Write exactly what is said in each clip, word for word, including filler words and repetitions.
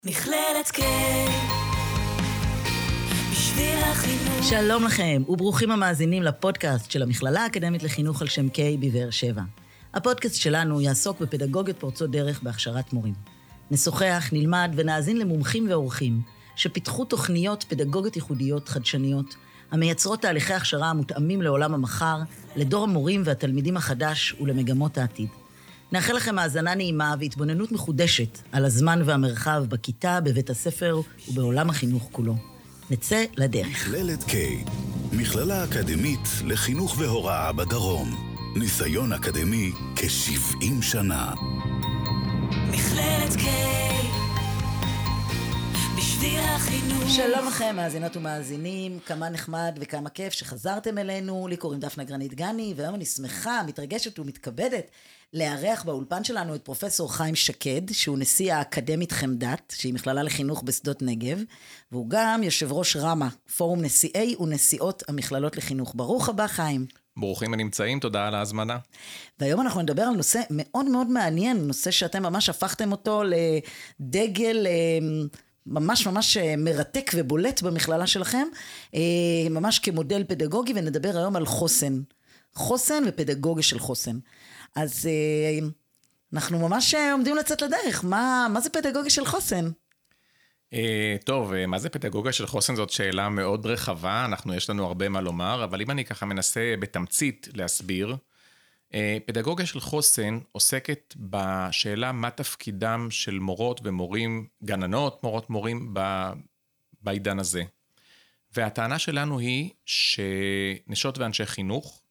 מכללת K בשביל החינוך. שלום לכם וברוכים המאזינים לפודקאסט של המכללה האקדמית לחינוך על שם K בבאר שבע. הפודקאסט שלנו יעסוק בפדגוגיות פורצות דרך בהכשרת מורים. נשוחח, נלמד ונאזין למומחים ואורחים שפיתחו תוכניות פדגוגיות ייחודיות חדשניות המייצרות תהליכי הכשרה המותאמים לעולם המחר, לדור המורים והתלמידים החדש ולמגמות העתיד. נאחל לכם האזנה נעימה והתבוננות מחודשת על הזמן והמרחב בכיתה, בבית הספר ובעולם החינוך כולו. נצא לדרך. מכללת K, מכללה אקדמית לחינוך והוראה בדרום. ניסיון אקדמי כ-שבעים שנה. מכללת K בשביל החינוך. שלום לכם, מאזינות ומאזינים, כמה נחמד וכמה כיף שחזרתם אלינו. לי קוראים דפנה גרנית גני, והיום אני שמחה, מתרגשת ומתכבדת לארח באולפן שלנו את פרופסור חיים שקד, שהוא נשיא האקדמית חמדת, שהיא מכללה לחינוך בשדות נגב, והוא גם יושב ראש רמה, פורום נשיאי ונשיאות המכללות לחינוך. ברוך הבא, חיים. ברוכים הנמצאים, תודה על ההזמנה. והיום אנחנו נדבר על נושא מאוד מאוד מעניין, נושא שאתם ממש הפכתם אותו לדגל ממש ממש מרתק ובולט במכללה שלכם, ממש כמודל פדגוגי, ונדבר היום על חוסן. חוסן ופדגוגיה של חוסן. אז אנחנו ממש עומדים לצאת לדרך. מה, מה זה פדגוגיה של חוסן? טוב, מה זה פדגוגיה של חוסן? זאת שאלה מאוד רחבה, אנחנו יש לנו הרבה מה לומר, אבל אם אני ככה מנסה בתמצית להסביר, פדגוגיה של חוסן עוסקת בשאלה מה תפקידם של מורות ומורים, גננות, מורות מורים בעידן הזה. והטענה שלנו היא שנשות ואנשי חינוך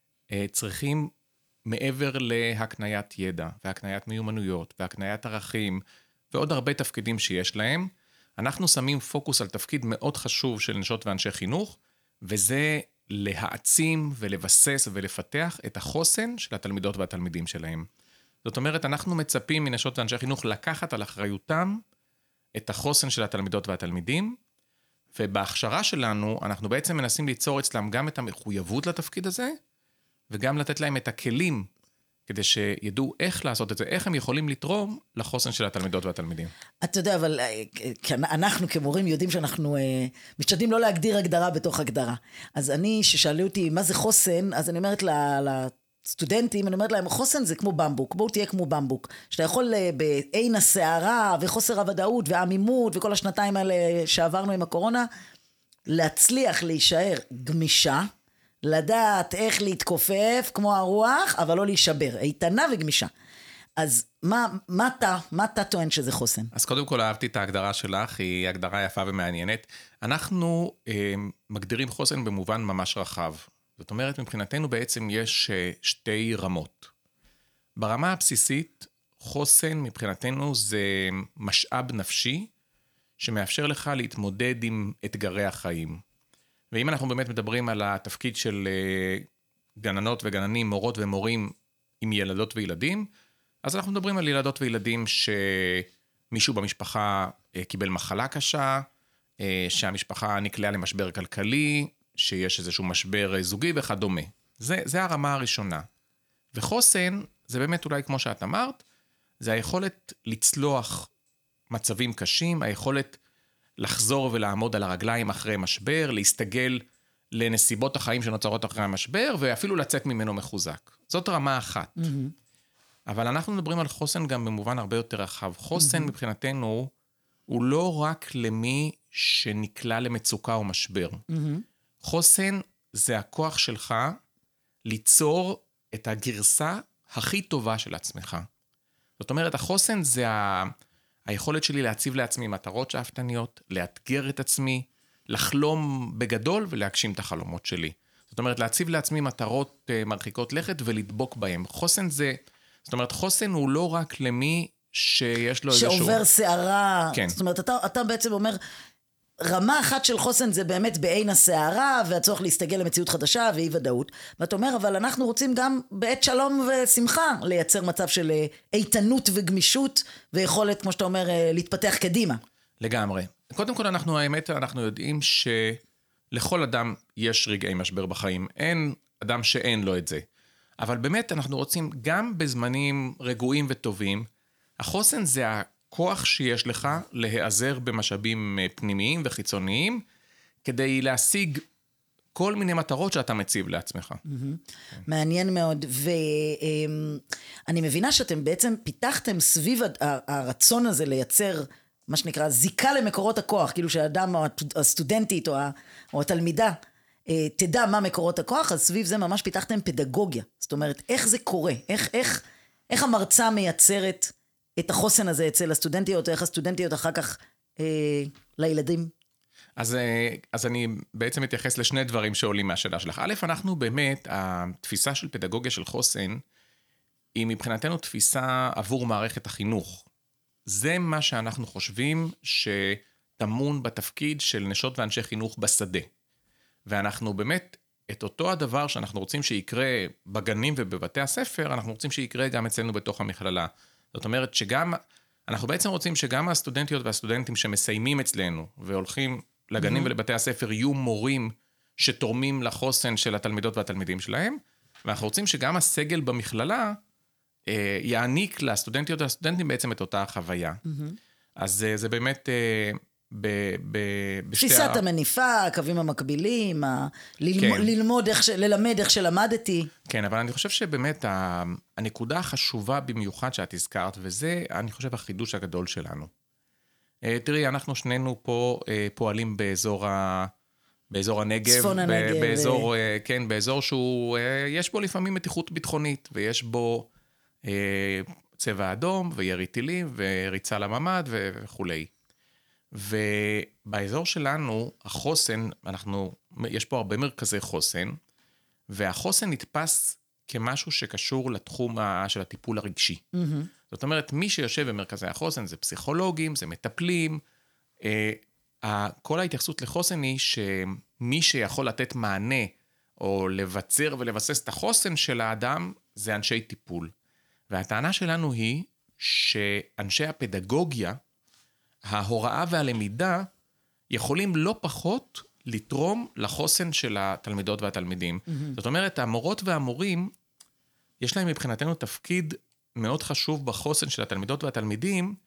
צריכים מעבר להקניית ידע והקניית מיומנויות והקניית ערכים ועוד הרבה תפקידים שיש להם, אנחנו שמים פוקוס על תפקיד מאוד חשוב של נשות ואנשי חינוך, וזה להעצים ולבסס ולפתח את החוסן של התלמידות והתלמידים שלהם. זאת אומרת, אנחנו מצפים מנשות ואנשי חינוך לקחת על אחריותם את החוסן של התלמידות והתלמידים, ובהכשרה שלנו אנחנו בעצם מנסים ליצור אצלם גם את המחויבות לתפקיד הזה, וגם לתת להם את הכלים, כדי שידעו איך לעשות את זה, איך הם יכולים לתרום לחוסן של התלמידות והתלמידים. אתה יודע, אבל אנחנו כמורים יודעים שאנחנו משתדלים לא להגדיר הגדרה בתוך הגדרה. אז אני, ששאלו אותי מה זה חוסן, אז אני אומרת לסטודנטים, אני אומרת להם, חוסן זה כמו במבוק, בואו תהיה כמו במבוק, שאתה יכול בעין הסערה וחוסר הוודאות והעמימות וכל השנתיים האלה שעברנו עם הקורונה, להצליח להישאר גמישה, לדעת איך להתכופף כמו הרוח, אבל לא להישבר, איתנה וגמישה. אז מה, מה אתה, מה אתה טוען שזה חוסן? אז קודם כל אהבתי את ההגדרה שלך, היא הגדרה יפה ומעניינת. אנחנו אה, מגדירים חוסן במובן ממש רחב. זאת אומרת, מבחינתנו בעצם יש אה, שתי רמות. ברמה הבסיסית, חוסן מבחינתנו זה משאב נפשי, שמאפשר לך להתמודד עם אתגרי החיים. ואם אנחנו באמת מדברים על התפקיד של גננות וגננים, מורות ומורים עם ילדות וילדים, אז אנחנו מדברים על ילדות וילדים שמישהו במשפחה קיבל מחלה קשה, שהמשפחה נקלעה למשבר כלכלי, שיש איזשהו משבר זוגי וכדומה. זה, זה הרמה הראשונה. וחוסן, זה באמת אולי כמו שאת אמרת, זה היכולת לצלוח מצבים קשים, היכולת לחזור ולעמוד על הרגליים אחרי משבר, להסתגל לנסיבות החיים שנוצרות אחרי המשבר, ואפילו לצאת ממנו מחוזק. זאת רמה אחת. Mm-hmm. אבל אנחנו מדברים על חוסן גם במובן הרבה יותר רחב. חוסן mm-hmm. מבחינתנו הוא לא רק למי שנקלע למצוקה או משבר. Mm-hmm. חוסן זה הכוח שלך ליצור את הגרסה הכי טובה של עצמך. זאת אומרת, החוסן זה ה... היכולת שלי להציב לעצמי מטרות שאפתניות, לאתגר את עצמי, לחלום בגדול ולהגשים את החלומות שלי. זאת אומרת, להציב לעצמי מטרות מרחיקות לכת ולדבוק בהם. חוסן זה, זאת אומרת, חוסן הוא לא רק למי שיש לו איזשהו... שעובר שערה. כן. זאת אומרת, אתה, אתה בעצם אומר, רמה אחת של חוסן זה באמת בעין השערה, והצורך להסתגל למציאות חדשה ואי ודאות. ואתה אומר, אבל אנחנו רוצים גם בעת שלום ושמחה לייצר מצב של איתנות וגמישות, ויכולת, כמו שאתה אומר, להתפתח קדימה. לגמרי. קודם כל, אנחנו, האמת, אנחנו יודעים שלכל אדם יש רגעי משבר בחיים. אין אדם שאין לו את זה. אבל באמת אנחנו רוצים, גם בזמנים רגועים וטובים, החוסן זה הכוח שיש לך להיעזר במשאבים פנימיים וחיצוניים, כדי להשיג כל מיני מטרות שאתה מציב לעצמך. מעניין מאוד, ואני מבינה שאתם בעצם פיתחתם סביב הרצון הזה לייצר מה שנקרא זיקה למקורות הכוח, כאילו שהאדם או הסטודנטית או התלמידה תדע מה מקורות הכוח, אז סביב זה ממש פיתחתם פדגוגיה. זאת אומרת, איך זה קורה? איך, איך, איך המרצה מייצרת את החוסן הזה אצל הסטודנטיות, או איך הסטודנטיות אחר כך אה, לילדים? אז, אז אני בעצם מתייחס לשני דברים שעולים מהשאלה שלך. א', אנחנו באמת, התפיסה של פדגוגיה של חוסן, היא מבחינתנו תפיסה עבור מערכת החינוך. זה מה שאנחנו חושבים שטמון בתפקיד של נשות ואנשי חינוך בשדה. ואנחנו באמת, את אותו הדבר שאנחנו רוצים שיקרה בגנים ובבתי הספר, אנחנו רוצים שיקרה גם אצלנו בתוך המכללה. זאת אומרת שגם, אנחנו בעצם רוצים שגם הסטודנטיות והסטודנטים שמסיימים אצלנו, והולכים לגנים mm-hmm. ולבתי הספר, יהיו מורים שתורמים לחוסן של התלמידות והתלמידים שלהם, ואנחנו רוצים שגם הסגל במכללה, אה, יעניק לסטודנטיות והסטודנטים בעצם את אותה חוויה. Mm-hmm. אז אה, זה באמת... אה, ב, ב, תפיסת הר... המניפה, הקווים המקבילים, ה... ללמוד, כן. ללמוד איך ש... ללמד איך שלמדתי. כן, אבל אני חושב שבאמת הנקודה החשובה במיוחד שאת הזכרת, וזה, אני חושב, החידוש הגדול שלנו. תראי, אנחנו שנינו פה פועלים באזור, ה... באזור הנגב. צפון הנגב. באזור, ו... כן, באזור שהוא, יש בו לפעמים מתיחות ביטחונית, ויש בו צבע אדום, וירי טילים, וריצה לממד וכולי. ובאזור שלנו, החוסן, אנחנו, יש פה הרבה מרכזי חוסן, והחוסן נתפס כמשהו שקשור לתחום של הטיפול הרגשי. Mm-hmm. זאת אומרת, מי שיושב במרכזי החוסן זה פסיכולוגים, זה מטפלים. כל ההתייחסות לחוסן היא שמי שיכול לתת מענה, או לבצר ולבסס את החוסן של האדם, זה אנשי טיפול. והטענה שלנו היא שאנשי הפדגוגיה, ההוראה והלמידה יכולים לא פחות לתרום לחוסן של התלמידות והתלמידים. Mm-hmm. זאת אומרת, המורות והמורים, יש להם מבחינתנו תפקיד מאוד חשוב בחוסן של התלמידות והתלמידים,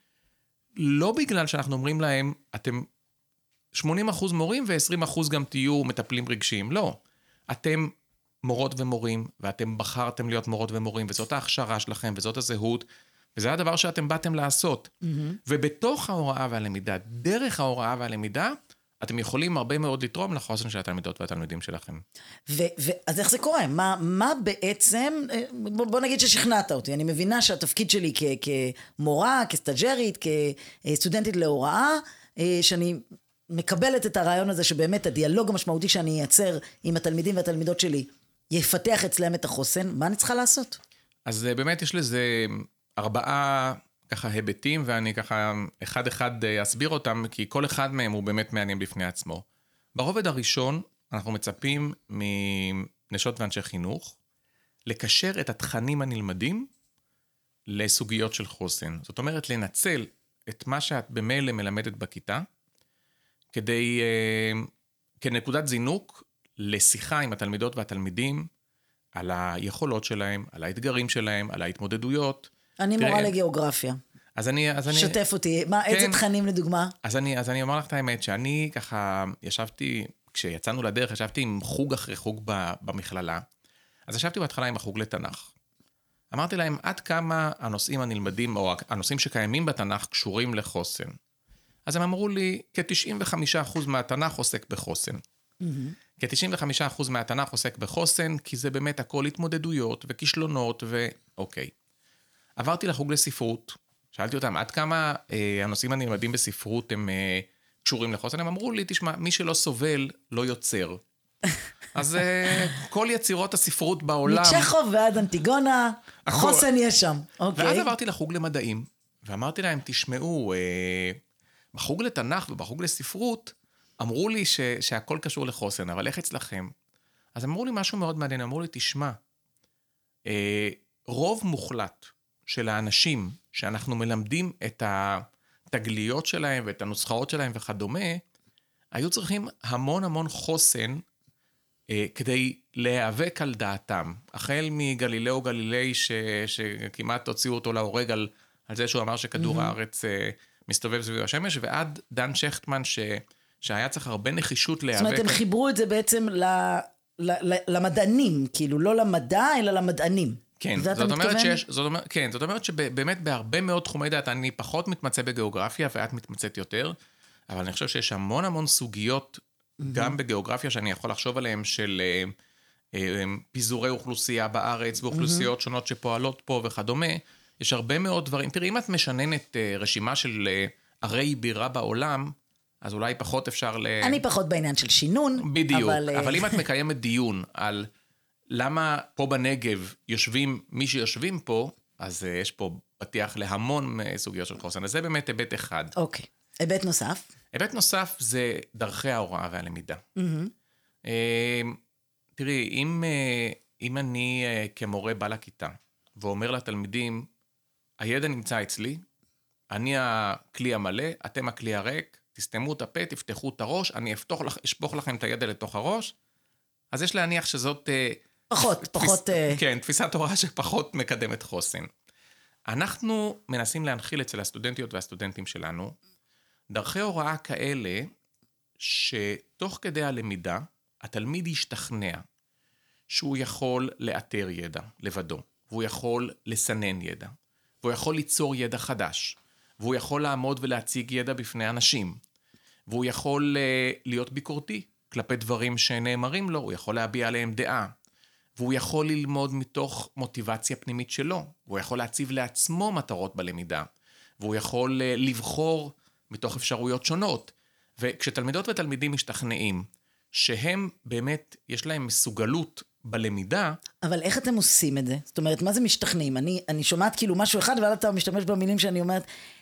לא בגלל שאנחנו אומרים להם, אתם שמונים אחוז מורים ו-עשרים אחוז גם תהיו מטפלים רגשיים. לא. אתם מורות ומורים, ואתם בחרתם להיות מורות ומורים, וזאת ההכשרה שלכם, וזאת הזהות, וזה הדבר שאתם באתם לעשות. Mm-hmm. ובתוך ההוראה והלמידה, דרך ההוראה והלמידה, אתם יכולים הרבה מאוד לתרום לחוסן של התלמידות והתלמידים שלכם. ו- ו- אז איך זה קורה? מה, מה בעצם, בוא, בוא נגיד ששכנעת אותי, אני מבינה שהתפקיד שלי כ- כמורה, כסטאג'רית, כסטודנטית להוראה, שאני מקבלת את הרעיון הזה שבאמת הדיאלוג המשמעותי שאני אייצר עם התלמידים והתלמידות שלי, יפתח אצלם את החוסן, מה אני צריכה לעשות? אז באמת יש לזה ארבעה ככה היבטים, ואני ככה אחד אחד אסביר אותם, כי כל אחד מהם הוא באמת מעניין בפני עצמו. ברובד הראשון, אנחנו מצפים מנשות ואנשי חינוך, לקשר את התכנים הנלמדים לסוגיות של חוסן. זאת אומרת, לנצל את מה שאת במילא מלמדת בכיתה, כדי, כנקודת זינוק, לשיחה עם התלמידות והתלמידים, על היכולות שלהם, על האתגרים שלהם, על ההתמודדויות. אני תראה, מורה לגיאוגרפיה. אז אני, אז אני... שתף אותי, מה, כן, איזה תכנים לדוגמה? אז אני, אז אני אומר לך את האמת, שאני ככה ישבתי, כשיצאנו לדרך, ישבתי עם חוג אחרי חוג במכללה, אז ישבתי בהתחלה עם החוג לתנ"ך. אמרתי להם, עד כמה הנושאים הנלמדים, או הנושאים שקיימים בתנ"ך, קשורים לחוסן. אז הם אמרו לי, כ-תשעים וחמישה אחוז מהתנ"ך עוסק בחוסן. Mm-hmm. כ-תשעים וחמישה אחוז מהתנ"ך עוסק בחוסן, כי זה באמת הכל התמודדויות וכישלונות ואוקיי. עברתי לחוג לספרות, שאלתי אותם, עד כמה אה, הנושאים הנלמדים בספרות הם אה, קשורים לחוסן? הם אמרו לי, תשמע, מי שלא סובל, לא יוצר. אז אה, כל יצירות הספרות בעולם... מצ'כוב ועד אנטיגונה, חוסן יש שם. אוקיי. ואז עברתי לחוג למדעים, ואמרתי להם, תשמעו, אה, בחוג לתנ"ך ובחוג לספרות, אמרו לי ש, שהכל קשור לחוסן, אבל איך אצלכם? אז אמרו לי משהו מאוד מעניין, אמרו לי, תשמע, אה, רוב מוחלט של האנשים שאנחנו מלמדים את התגליות שלהם ואת הנוסחאות שלהם וכדומה, היו צריכים המון המון חוסן אה, כדי להיאבק על דעתם. החל מגלילאו גלילי ש, שכמעט הוציאו אותו להורג על, על זה שהוא אמר שכדור הארץ מסתובב סביב השמש, ועד דן שכטמן ש... שהיה צריך הרבה נחישות להיאבק. זאת אומרת, הם חיברו את זה בעצם ל... ל... למדענים, כאילו לא למדע, אלא למדענים. כן, זאת אומרת שיש, זאת אומרת, כן, זאת אומרת שבאמת בהרבה מאוד תחומי דעת, אני פחות מתמצא בגיאוגרפיה, ואת מתמצאת יותר, אבל אני חושב שיש המון המון סוגיות, גם בגיאוגרפיה, שאני יכול לחשוב עליהן, של פיזורי אוכלוסייה בארץ, ואוכלוסיות שונות שפועלות פה וכדומה, יש הרבה מאוד דברים. תראי, אם את משננת רשימה של ערי בירה בעולם, אז אולי פחות אפשר ל... אני פחות בעניין של שינון. בדיוק, אבל, אבל אם את מקיימת דיון על למה פה בנגב יושבים מי שיושבים פה, אז יש פה פתיח להמון סוגיות של חוסן. אז זה באמת היבט אחד. אוקיי. היבט נוסף? היבט נוסף זה דרכי ההוראה והלמידה. Mm-hmm. תראי, אם, אם אני כמורה בא לכיתה ואומר לתלמידים, הידע נמצא אצלי, אני הכלי המלא, אתם הכלי הריק, תסתמו את הפה, תפתחו את הראש, אני אפתוח, אשפוך לכם את הידע לתוך הראש, אז יש להניח שזאת... פחות, תפיס, פחות... כן, תפיסת הוראה שפחות מקדמת חוסן. אנחנו מנסים להנחיל אצל הסטודנטיות והסטודנטים שלנו, דרכי הוראה כאלה, שתוך כדי הלמידה, התלמיד ישתכנע, שהוא יכול לאתר ידע לבדו, והוא יכול לסנן ידע, והוא יכול ליצור ידע חדש, והוא יכול לעמוד ולהציג ידע בפני אנשים, והוא יכול uh, להיות ביקורתי כלפי דברים שנאמרים לו, הוא יכול להביע עליהם דעה, והוא יכול ללמוד מתוך מוטיבציה פנימית שלו, והוא יכול להציב לעצמו מטרות בלמידה, והוא יכול uh, לבחור מתוך אפשרויות שונות. וכשתלמידות ותלמידים משתכנעים, שהם באמת, יש להם מסוגלות בלמידה. אבל איך אתם עושים את זה? זאת אומרת, מה זה משתכנעים? אני, אני שומעת כאילו משהו אחד, ועד אתה משתמש במילים שאני אומרת,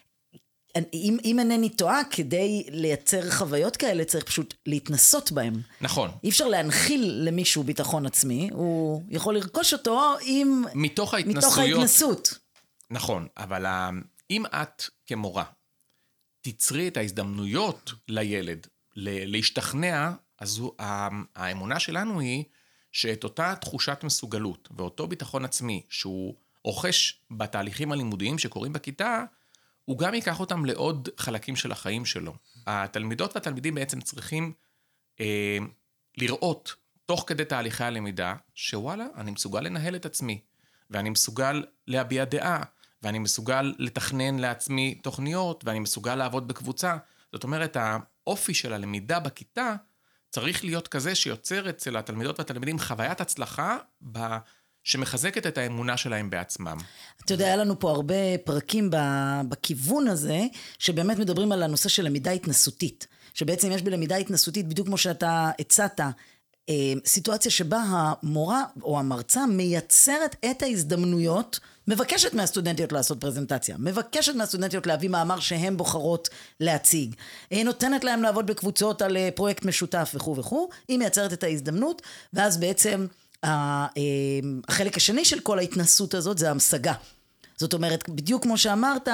אם, אם אינני טועה, כדי לייצר חוויות כאלה, צריך פשוט להתנסות בהם. נכון. אי אפשר להנחיל למישהו ביטחון עצמי, הוא יכול לרכוש אותו עם... מתוך ההתנסויות. מתוך ההתנסות. נכון, אבל אם את כמורה, תצרי את ההזדמנויות לילד, להשתכנע, אז האמונה שלנו היא שאת אותה תחושת מסוגלות ואותו ביטחון עצמי שהוא רוכש בתהליכים הלימודיים שקורים בכיתה, הוא גם ייקח אותם לעוד חלקים של החיים שלו. התלמידות והתלמידים בעצם צריכים אה, לראות תוך כדי תהליכי הלמידה, שוואלה, אני מסוגל לנהל את עצמי, ואני מסוגל להביע דעה, ואני מסוגל לתכנן לעצמי תוכניות, ואני מסוגל לעבוד בקבוצה. זאת אומרת, האופי של הלמידה בכיתה צריך להיות כזה שיוצר אצל התלמידות והתלמידים חוויית הצלחה ב... שמחזקת את האמונה שלהם בעצמם. אתה יודע, היה לנו פה הרבה פרקים בכיוון הזה, שבאמת מדברים על הנושא של למידה התנסותית, שבעצם יש בלמידה התנסותית, בדיוק כמו שאתה הצעת, סיטואציה שבה המורה או המרצה מייצרת את ההזדמנויות, מבקשת מהסטודנטיות לעשות פרזנטציה, מבקשת מהסטודנטיות להביא מאמר שהן בוחרות להציג, נותנת להם לעבוד בקבוצות על פרויקט משותף וכו' וכו', היא מייצרת את ההזדמנות, ואז בעצם החלק השני של כל ההתנסות הזאת זה המשגה. זאת אומרת, בדיוק כמו שאמרת,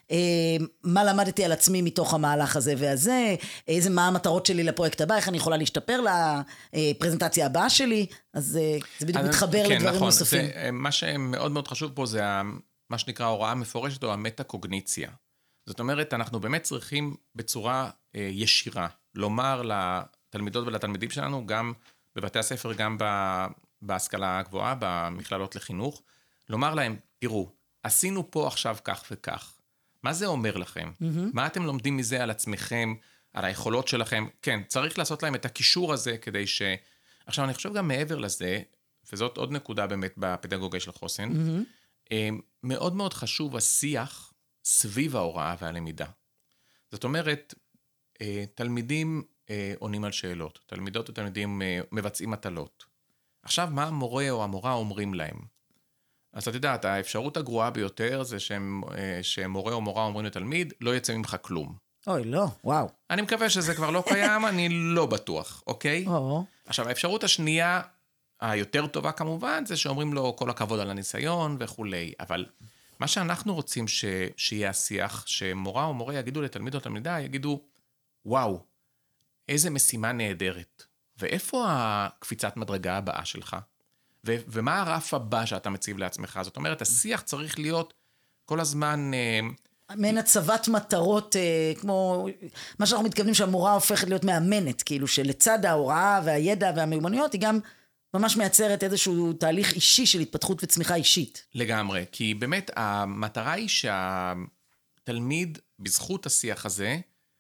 מה למדתי על עצמי מתוך המהלך הזה והזה, איזה מה המטרות שלי לפרויקט הבא, איך אני יכולה להשתפר לפרזנטציה הבאה שלי, אז זה בדיוק מתחבר כן, לדברים נכון. נוספים. זה, מה שמאוד מאוד חשוב פה זה מה שנקרא הוראה מפורשת או המטה-קוגניציה. זאת אומרת, אנחנו באמת צריכים בצורה ישירה לומר לתלמידות ולתלמידים שלנו, גם בבתי הספר, גם בהשכלה הגבוהה, במכללות לחינוך, לומר להם, תראו, עשינו פה עכשיו כך וכך. מה זה אומר לכם? Mm-hmm. מה אתם לומדים מזה על עצמכם, על היכולות שלכם? כן, צריך לעשות להם את הקישור הזה כדי ש... עכשיו, אני חושב גם מעבר לזה, וזאת עוד נקודה באמת בפדגוגיה של חוסן, mm-hmm. מאוד מאוד חשוב השיח סביב ההוראה והלמידה. זאת אומרת, תלמידים עונים על שאלות, תלמידות ותלמידים מבצעים מטלות. עכשיו, מה המורה או המורה אומרים להם? אז את יודעת, האפשרות הגרועה ביותר זה שמורה או מורה אומרים לתלמיד, לא יצא ממך כלום. אוי, לא, וואו. אני מקווה שזה כבר לא קיים, אני לא בטוח, אוקיי? או. עכשיו, האפשרות השנייה, היותר טובה כמובן, זה שאומרים לו כל הכבוד על הניסיון וכולי, אבל מה שאנחנו רוצים ש... שיהיה השיח, שמורה או מורה יגידו לתלמיד או תלמידה, יגידו, וואו, איזה משימה נהדרת, ואיפה הקפיצת מדרגה הבאה שלך? ו- ומה הרף הבא שאתה מציב לעצמך? זאת אומרת, השיח צריך להיות כל הזמן... מעין הצבת מטרות, כמו מה שאנחנו מתכוונים שהמורה הופכת להיות מאמנת, כאילו שלצד ההוראה והידע והמיומנויות, היא גם ממש מייצרת איזשהו תהליך אישי של התפתחות וצמיחה אישית. לגמרי, כי באמת המטרה היא שהתלמיד, בזכות השיח הזה,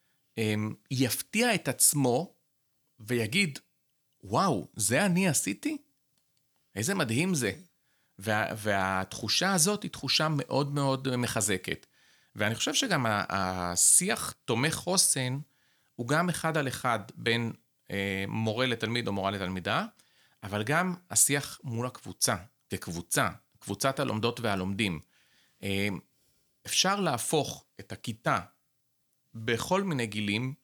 יפתיע את עצמו ויגיד, וואו, זה אני עשיתי? איזה מדהים זה. וה, והתחושה הזאת היא תחושה מאוד מאוד מחזקת. ואני חושב שגם השיח תומך חוסן הוא גם אחד על אחד בין אה, מורה לתלמיד או מורה לתלמידה, אבל גם השיח מול הקבוצה, כקבוצה, קבוצת הלומדות והלומדים. אה, אפשר להפוך את הכיתה בכל מיני גילים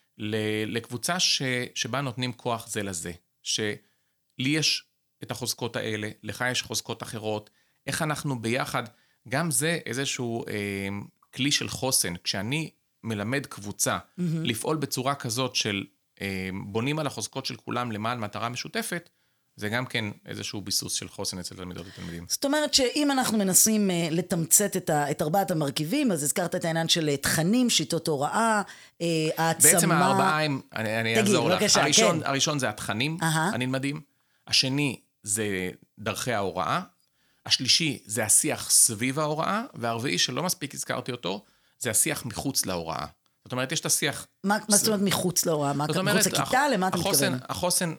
לקבוצה ש, שבה נותנים כוח זה לזה. שלי יש את החוזקות האלה, לך יש חוזקות אחרות, איך אנחנו ביחד, גם זה איזשהו אה, כלי של חוסן, כשאני מלמד קבוצה mm-hmm. לפעול בצורה כזאת של אה, בונים על החוזקות של כולם למען מטרה משותפת, זה גם כן איזשהו ביסוס של חוסן אצל תלמידות ותלמידים. זאת אומרת שאם אנחנו מנסים uh, לתמצת את, ה, את ארבעת המרכיבים, אז הזכרת את העניין של תכנים, שיטות הוראה, uh, העצמה... בעצם הארבעה הם, אני, אני תגיד, אעזור בבקשה, לך. הראשון, כן. הראשון זה התכנים uh-huh. הנלמדים, השני זה דרכי ההוראה, השלישי זה השיח סביב ההוראה, והרביעי שלא מספיק הזכרתי אותו, זה השיח מחוץ להוראה. זאת אומרת, יש את השיח... מה, מה זאת אומרת מחוץ להוראה? מה, מחוץ לכיתה? למה אתה מתכוון? החוסן,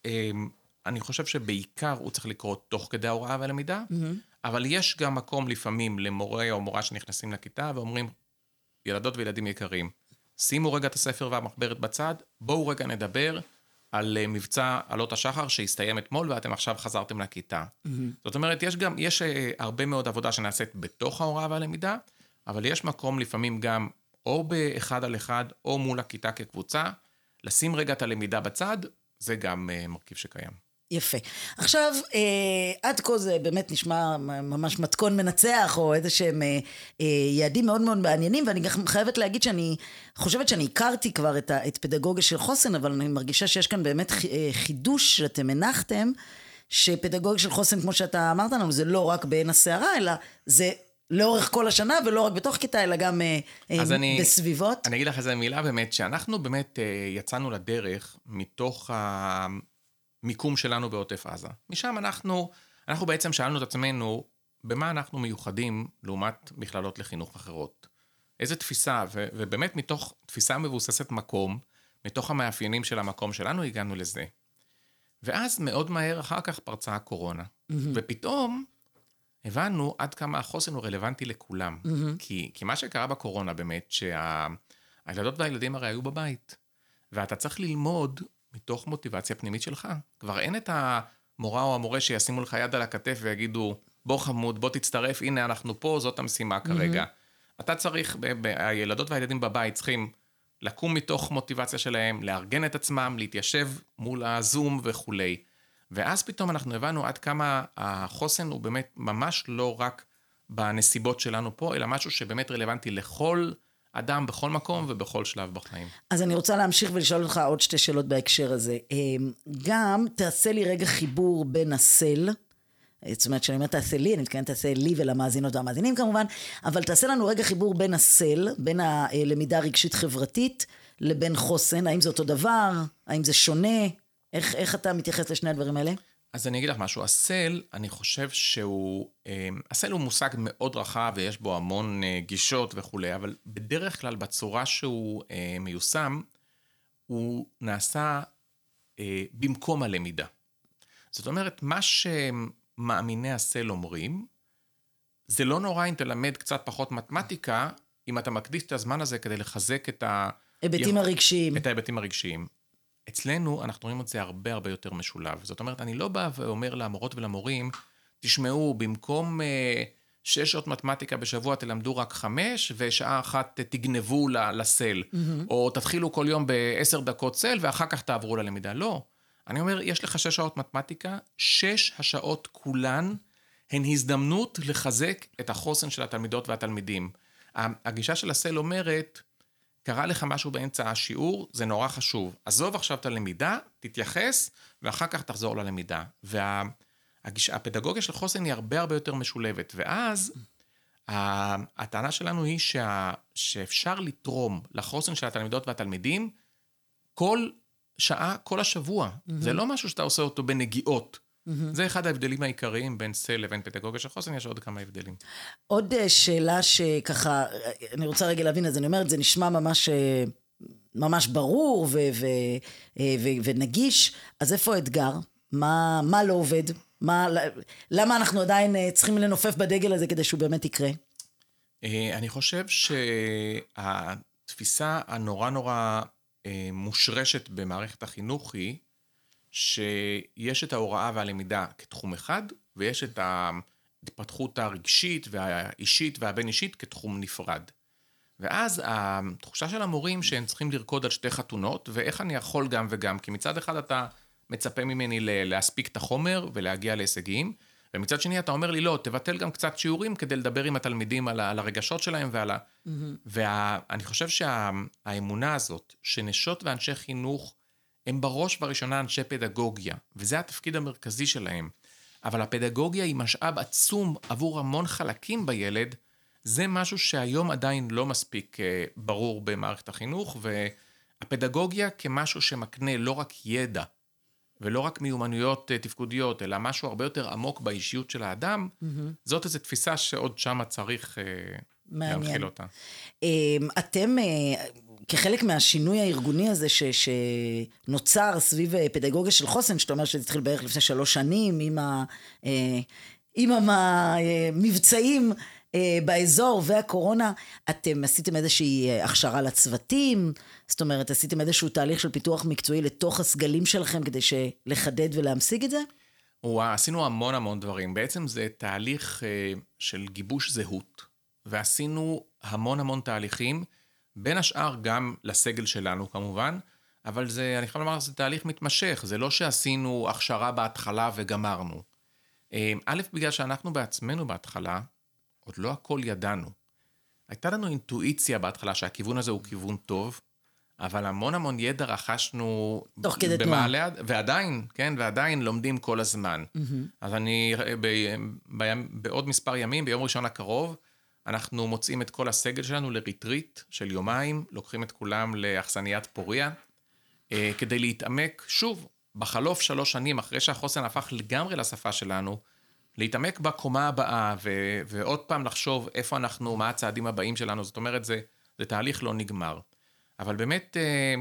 אני חושב שבעיקר הוא צריך לקרות תוך כדי ההוראה והלמידה, אבל יש גם מקום לפעמים למורה או מורה שנכנסים לכיתה ואומרים, ילדות וילדים יקרים, שימו רגע את הספר והמחברת בצד, בואו רגע נדבר על מבצע עלות השחר שהסתיים אתמול ואתם עכשיו חזרתם לכיתה. זאת אומרת, יש גם, יש הרבה מאוד עבודה שנעשית בתוך ההוראה והלמידה, אבל יש מקום לפעמים גם או באחד על אחד או מול הכיתה כקבוצה, לשים רגע את הלמידה בצד, זה גם מרכיב שקיים. יפה. עכשיו, אה, עד כה זה באמת נשמע ממש מתכון מנצח, או איזה שהם אה, אה, יעדים מאוד מאוד מעניינים, ואני גם חייבת להגיד שאני חושבת שאני הכרתי כבר את, ה, את פדגוגיה של חוסן, אבל אני מרגישה שיש כאן באמת חידוש שאתם הנחתם, שפדגוגיה של חוסן, כמו שאתה אמרת לנו, זה לא רק בעין הסערה, אלא זה לאורך כל השנה, ולא רק בתוך כיתה, אלא גם אה, אני, בסביבות. אני אגיד לך איזה מילה באמת, שאנחנו באמת אה, יצאנו לדרך מתוך ה... מיקום שלנו בעוטף עזה. משם אנחנו, אנחנו בעצם שאלנו את עצמנו, במה אנחנו מיוחדים לעומת מכללות לחינוך אחרות. איזו תפיסה, ו- ובאמת מתוך תפיסה מבוססת מקום, מתוך המאפיינים של המקום שלנו, הגענו לזה. ואז מאוד מהר אחר כך פרצה הקורונה. Mm-hmm. ופתאום הבנו עד כמה החוסן הוא רלוונטי לכולם. Mm-hmm. כי, כי מה שקרה בקורונה באמת, שהילדות והילדים הרי היו בבית, ואתה צריך ללמוד מתוך מוטיבציה פנימית שלך. כבר אין את המורה או המורה שישימו לך יד על הכתף ויגידו, בוא חמוד, בוא תצטרף, הנה אנחנו פה, זאת המשימה כרגע. Mm-hmm. אתה צריך, ב- ב- הילדות והילדים בבית צריכים לקום מתוך מוטיבציה שלהם, לארגן את עצמם, להתיישב מול הזום וכולי. ואז פתאום אנחנו הבנו עד כמה החוסן הוא באמת ממש לא רק בנסיבות שלנו פה, אלא משהו שבאמת רלוונטי לכל אדם בכל מקום ובכל שלב בחיים. אז אני רוצה להמשיך ולשאול אותך עוד שתי שאלות בהקשר הזה. גם תעשה לי רגע חיבור בין הסל, זאת אומרת שאני אומרת תעשה לי, אני מתכוונת תעשה לי ולמאזינות והמאזינים כמובן, אבל תעשה לנו רגע חיבור בין הסל, בין הלמידה הרגשית חברתית לבין חוסן, האם זה אותו דבר, האם זה שונה, איך, איך אתה מתייחס לשני הדברים האלה? אז אני אגיד לך משהו, הסל, אני חושב שהוא, הסל הוא מושג מאוד רחב ויש בו המון גישות וכולי, אבל בדרך כלל בצורה שהוא מיושם, הוא נעשה במקום הלמידה. זאת אומרת, מה שמאמיני הסל אומרים, זה לא נורא אם תלמד קצת פחות מתמטיקה, אם אתה מקדיש את הזמן הזה כדי לחזק את ה... היבטים הרגשיים. את ההיבטים הרגשיים. אצלנו אנחנו רואים את זה הרבה הרבה יותר משולב. זאת אומרת, אני לא בא ואומר למורות ולמורים, תשמעו, במקום אה, שש שעות מתמטיקה בשבוע תלמדו רק חמש, ושעה אחת תגנבו לסל. Mm-hmm. או תתחילו כל יום בעשר דקות סל, ואחר כך תעברו ללמידה. לא. אני אומר, יש לך שש שעות מתמטיקה, שש השעות כולן הן הזדמנות לחזק את החוסן של התלמידות והתלמידים. הגישה של הסל אומרת, קרה לך משהו באמצע השיעור, זה נורא חשוב. עזוב עכשיו את הלמידה, תתייחס, ואחר כך תחזור ללמידה. והפדגוגיה של חוסן היא הרבה הרבה יותר משולבת. ואז הטענה שלנו היא שה, שאפשר לתרום לחוסן של התלמידות והתלמידים כל שעה, כל השבוע. Mm-hmm. זה לא משהו שאתה עושה אותו בנגיעות. Mm-hmm. זה אחד ההבדלים העיקריים בין סל לבין פדגוגיה של חוסן, יש עוד כמה הבדלים. עוד שאלה שככה, אני רוצה רגע להבין, אז אני אומרת, זה נשמע ממש, ממש ברור ו- ו- ו- ונגיש, אז איפה האתגר? מה, מה לא עובד? מה, למה אנחנו עדיין צריכים לנופף בדגל הזה כדי שהוא באמת יקרה? אני חושב שהתפיסה הנורא נורא מושרשת במערכת החינוך היא שיש את ההוראה והלמידה כתחום אחד, ויש את ההתפתחות הרגשית והאישית והבין אישית כתחום נפרד. ואז התחושה של המורים שהם צריכים לרקוד על שתי חתונות, ואיך אני יכול גם וגם, כי מצד אחד אתה מצפה ממני להספיק את החומר ולהגיע להישגים, ומצד שני אתה אומר לי לא, תבטל גם קצת שיעורים כדי לדבר עם התלמידים על, על הרגשות שלהם ועל ה... Mm-hmm. ואני חושב שהאמונה הזאת, שנשות ואנשי חינוך הם בראש ובראשונה אנשי פדגוגיה, וזה התפקיד המרכזי שלהם. אבל הפדגוגיה היא משאב עצום עבור המון חלקים בילד, זה משהו שהיום עדיין לא מספיק ברור במערכת החינוך, והפדגוגיה כמשהו שמקנה לא רק ידע, ולא רק מיומנויות תפקודיות, אלא משהו הרבה יותר עמוק באישיות של האדם, mm-hmm. זאת איזו תפיסה שעוד שמה צריך להנחיל אותה. אתם, כחלק מהשינוי הארגוני הזה ש, שנוצר סביב פדגוגיה של חוסן, שאתה אומר שזה התחיל בערך לפני שלוש שנים, עם, ה, עם המבצעים באזור והקורונה, אתם עשיתם איזושהי הכשרה לצוותים, זאת אומרת, עשיתם איזשהו תהליך של פיתוח מקצועי לתוך הסגלים שלכם, כדי לחדד ולהמשיג את זה? עשינו המון המון דברים. בעצם זה תהליך של גיבוש זהות, ועשינו המון המון תהליכים, בין השאר גם לסגל שלנו כמובן, אבל זה, אני חייב לומר, זה תהליך מתמשך, זה לא שעשינו הכשרה בהתחלה וגמרנו. א', בגלל שאנחנו בעצמנו בהתחלה, עוד לא הכל ידענו. הייתה לנו אינטואיציה בהתחלה שהכיוון הזה הוא כיוון טוב, אבל המון המון ידע רכשנו תוך כדי תנועה. ועדיין, כן, ועדיין לומדים כל הזמן. Mm-hmm. אז אני, ב, ב, בעוד מספר ימים, ביום ראשון הקרוב, אנחנו מוצאים את כל הסגל שלנו לריטריט של יומיים, לוקחים את כולם לאכסניית פוריה, אה, כדי להתעמק, שוב, בחלוף שלוש שנים, אחרי שהחוסן הפך לגמרי לשפה שלנו, להתעמק בקומה הבאה, ו- ועוד פעם לחשוב איפה אנחנו, מה הצעדים הבאים שלנו, זאת אומרת, זה, זה תהליך לא נגמר. אבל באמת,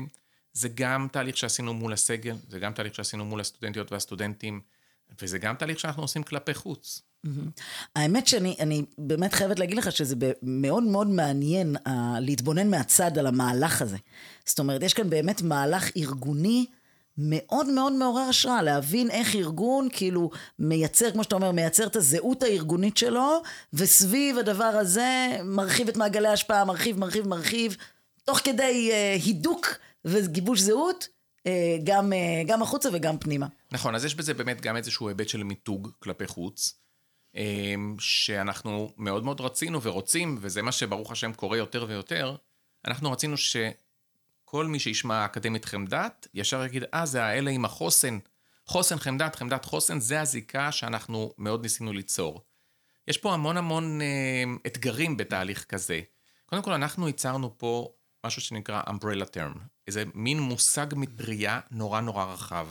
זה גם תהליך שעשינו מול הסגל, זה גם תהליך שעשינו מול הסטודנטיות והסטודנטים, וזה גם תהליך שאנחנו עושים כלפי חוץ. האמת שאני אני באמת חייבת להגיד לך שזה מאוד מאוד מעניין להתבונן מהצד על המהלך הזה. זאת אומרת, יש כאן באמת מהלך ארגוני, מאוד מאוד מעורר השראה, להבין איך ארגון כאילו מייצר, כמו שאתה אומר, מייצר את הזהות הארגונית שלו, וסביב הדבר הזה מרחיב את מעגלי ההשפעה, מרחיב, מרחיב, מרחיב, תוך כדי אה, הידוק וגיבוש זהות, אה, גם, אה, גם החוצה וגם פנימה. נכון, אז יש בזה באמת גם איזשהו היבט של מיתוג כלפי חוץ, אה, שאנחנו מאוד מאוד רצינו ורוצים, וזה מה שברוך השם קורה יותר ויותר, אנחנו רצינו ש... כל מי שישמע אקדמית חמדת, ישר יגיד, אה, זה האלה עם החוסן. חוסן חמדת, חמדת חוסן, זה הזיקה שאנחנו מאוד ניסינו ליצור. יש פה המון המון אה, אתגרים בתהליך כזה. קודם כל, אנחנו ייצרנו פה משהו שנקרא umbrella term, איזה מין מושג מטריה נורא נורא רחב.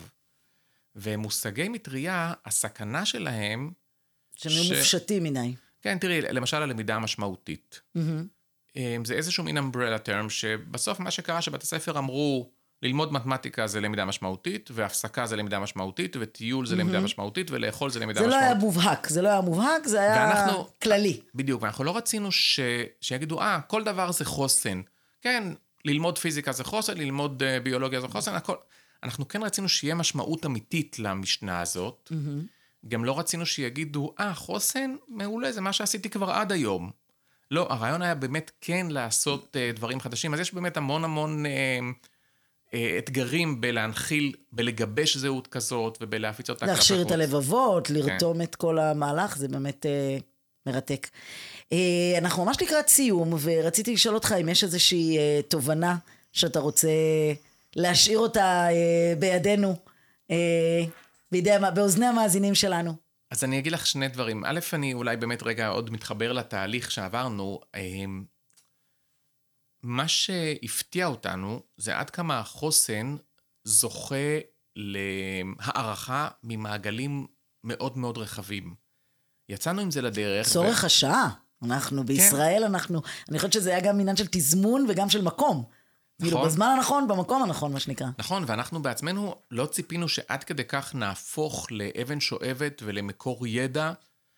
ומושגי מטריה, הסכנה שלהם... שהם ש... מופשטים מדי. כן, תראי, למשל הלמידה המשמעותית. Mm-hmm. זה איזשהו מין umbrella term, שבסוף מה שקרה שבתי ספר אמרו, ללמוד מתמטיקה זה למידה משמעותית, והפסקה זה למידה משמעותית, וטיול זה למידה משמעותית, ולאכול זה למידה משמעותית. זה לא היה מובהק, זה לא היה מובהק, זה היה כללי. בדיוק, ואנחנו לא רצינו שיגידו, אה, כל דבר זה חוסן. כן, ללמוד פיזיקה זה חוסן, ללמוד ביולוגיה זה חוסן, הכל. אנחנו כן רצינו שיהיה משמעות אמיתית למשנה הזאת. גם לא רצינו שיגידו, אה, חוסן, מעולה, זה מה שעשיתי כבר עד היום. לא, הרעיון היה באמת כן לעשות uh, דברים חדשים, אז יש באמת המון המון uh, uh, אתגרים בלהנחיל, בלגבש זהות כזאת, ובלהפיץ אותה כלפי חוץ. להכשיר את הלבבות, לרתום כן. את כל המהלך, זה באמת uh, מרתק. Uh, אנחנו ממש לקראת סיום, ורציתי לשאול אותך אם יש איזושהי uh, תובנה שאתה רוצה להשאיר אותה uh, בידינו, uh, בידי, באוזני המאזינים שלנו. אז אז אני אגיד לך שני דברים. א', אני אולי באמת רגע עוד מתחבר לתהליך שעברנו. מה שהפתיע אותנו זה עד כמה החוסן זוכה להערכה ממעגלים מאוד מאוד רחבים. יצאנו עם זה לדרך. צורך ו... השעה. אנחנו בישראל, כן. אנחנו, אני חושבת שזה היה גם עניין של תזמון וגם של מקום. נכון. כאילו בזמן הנכון, במקום הנכון, מה שנקרא. נכון, ואנחנו בעצמנו לא ציפינו שעד כדי כך נהפוך לאבן שואבת ולמקור ידע,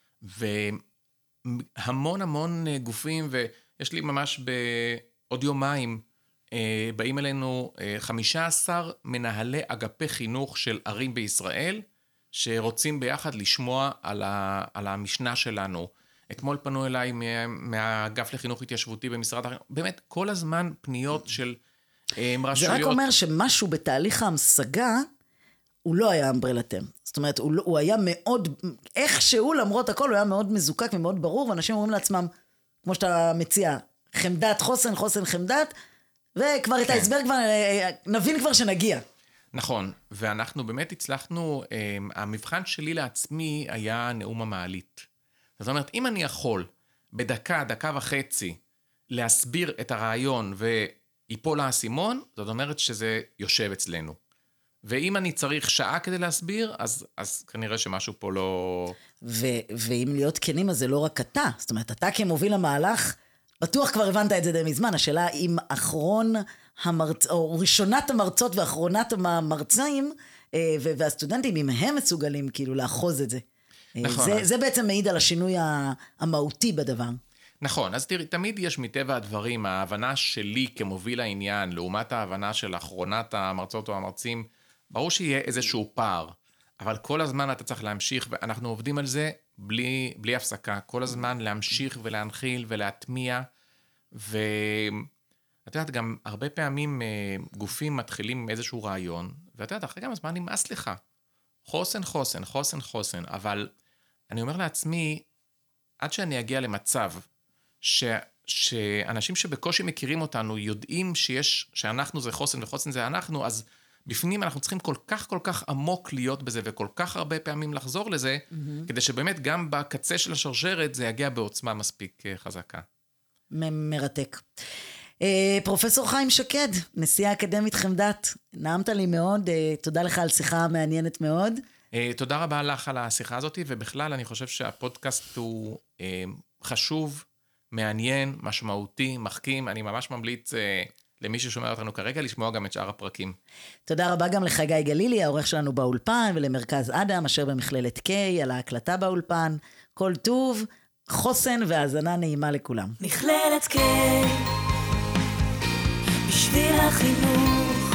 והמון המון גופים, ויש לי ממש בעוד יומיים, באים אלינו חמישה עשר מנהלי אגפי חינוך של ערים בישראל, שרוצים ביחד לשמוע על, ה, על המשנה שלנו. אתמול פנו אליי מה, מהאגף לחינוך התיישבותי במשרד החינוך, באמת כל הזמן פניות של רשויות. זה רק אומר שמשהו בתהליך ההמשגה, הוא לא היה אמברלתם. זאת אומרת, הוא, הוא היה מאוד, איכשהו למרות הכל, הוא היה מאוד מזוקק ומאוד ברור, ואנשים אומרים לעצמם, כמו שאתה מציע, חמדת חוסן, חוסן חמדת, וכבר כן. את ההסבר כבר, נבין כבר שנגיע. נכון, ואנחנו באמת הצלחנו, המבחן שלי לעצמי היה נאום המעלית. זאת אומרת, אם אני יכול בדקה, דקה וחצי, להסביר את הרעיון ויפול האסימון, זאת אומרת שזה יושב אצלנו. ואם אני צריך שעה כדי להסביר, אז, אז כנראה שמשהו פה לא... ו- ואם להיות כנים, אז זה לא רק אתה. זאת אומרת, אתה כמוביל המהלך, בטוח כבר הבנת את זה די מזמן. השאלה אם אחרון המרצ... או ראשונת המרצות ואחרונת המרצאים, והסטודנטים, אם הם מסוגלים כאילו לאחוז את זה. נכון. זה, זה בעצם מעיד על השינוי המהותי בדבר. נכון, אז תראי, תמיד יש מטבע הדברים, ההבנה שלי כמוביל העניין, לעומת ההבנה של אחרונת המרצות או המרצים, ברור שיהיה איזשהו פער, אבל כל הזמן אתה צריך להמשיך, ואנחנו עובדים על זה בלי, בלי הפסקה, כל הזמן להמשיך ולהנחיל ולהטמיע, ואת יודעת, גם הרבה פעמים גופים מתחילים עם איזשהו רעיון, ואת יודעת, אחרי גם הזמן נמאס לך. חוסן, חוסן, חוסן, חוסן, אבל אני אומר לעצמי, עד שאני אגיע למצב ש, שאנשים שבקושי מכירים אותנו יודעים שיש, שאנחנו זה חוסן וחוסן זה אנחנו, אז בפנים אנחנו צריכים כל כך כל כך עמוק להיות בזה, וכל כך הרבה פעמים לחזור לזה, mm-hmm. כדי שבאמת גם בקצה של השרשרת זה יגיע בעוצמה מספיק חזקה. מ- מרתק. פרופסור חיים שקד, נשיא האקדמית חמדת, נעמת לי מאוד, תודה לך על שיחה מעניינת מאוד. תודה רבה לך על השיחה הזאת, ובכלל אני חושב שהפודקאסט הוא חשוב, מעניין, משמעותי, מחכים, אני ממש ממליץ למי ששומע אותנו כרגע לשמוע גם את שאר הפרקים. תודה רבה גם לחגי גלילי, העורך שלנו באולפן, ולמרכז אדם, אשר במכללת קיי, על ההקלטה באולפן, כל טוב, חוסן והאזנה נעימה לכולם. מכללת קיי בשביל החינוך,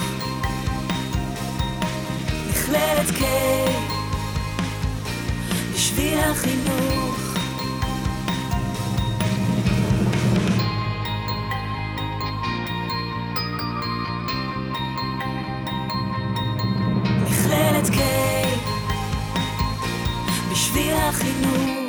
מכללת קיי בשביל החינוך. מכללת קיי בשביל החינוך.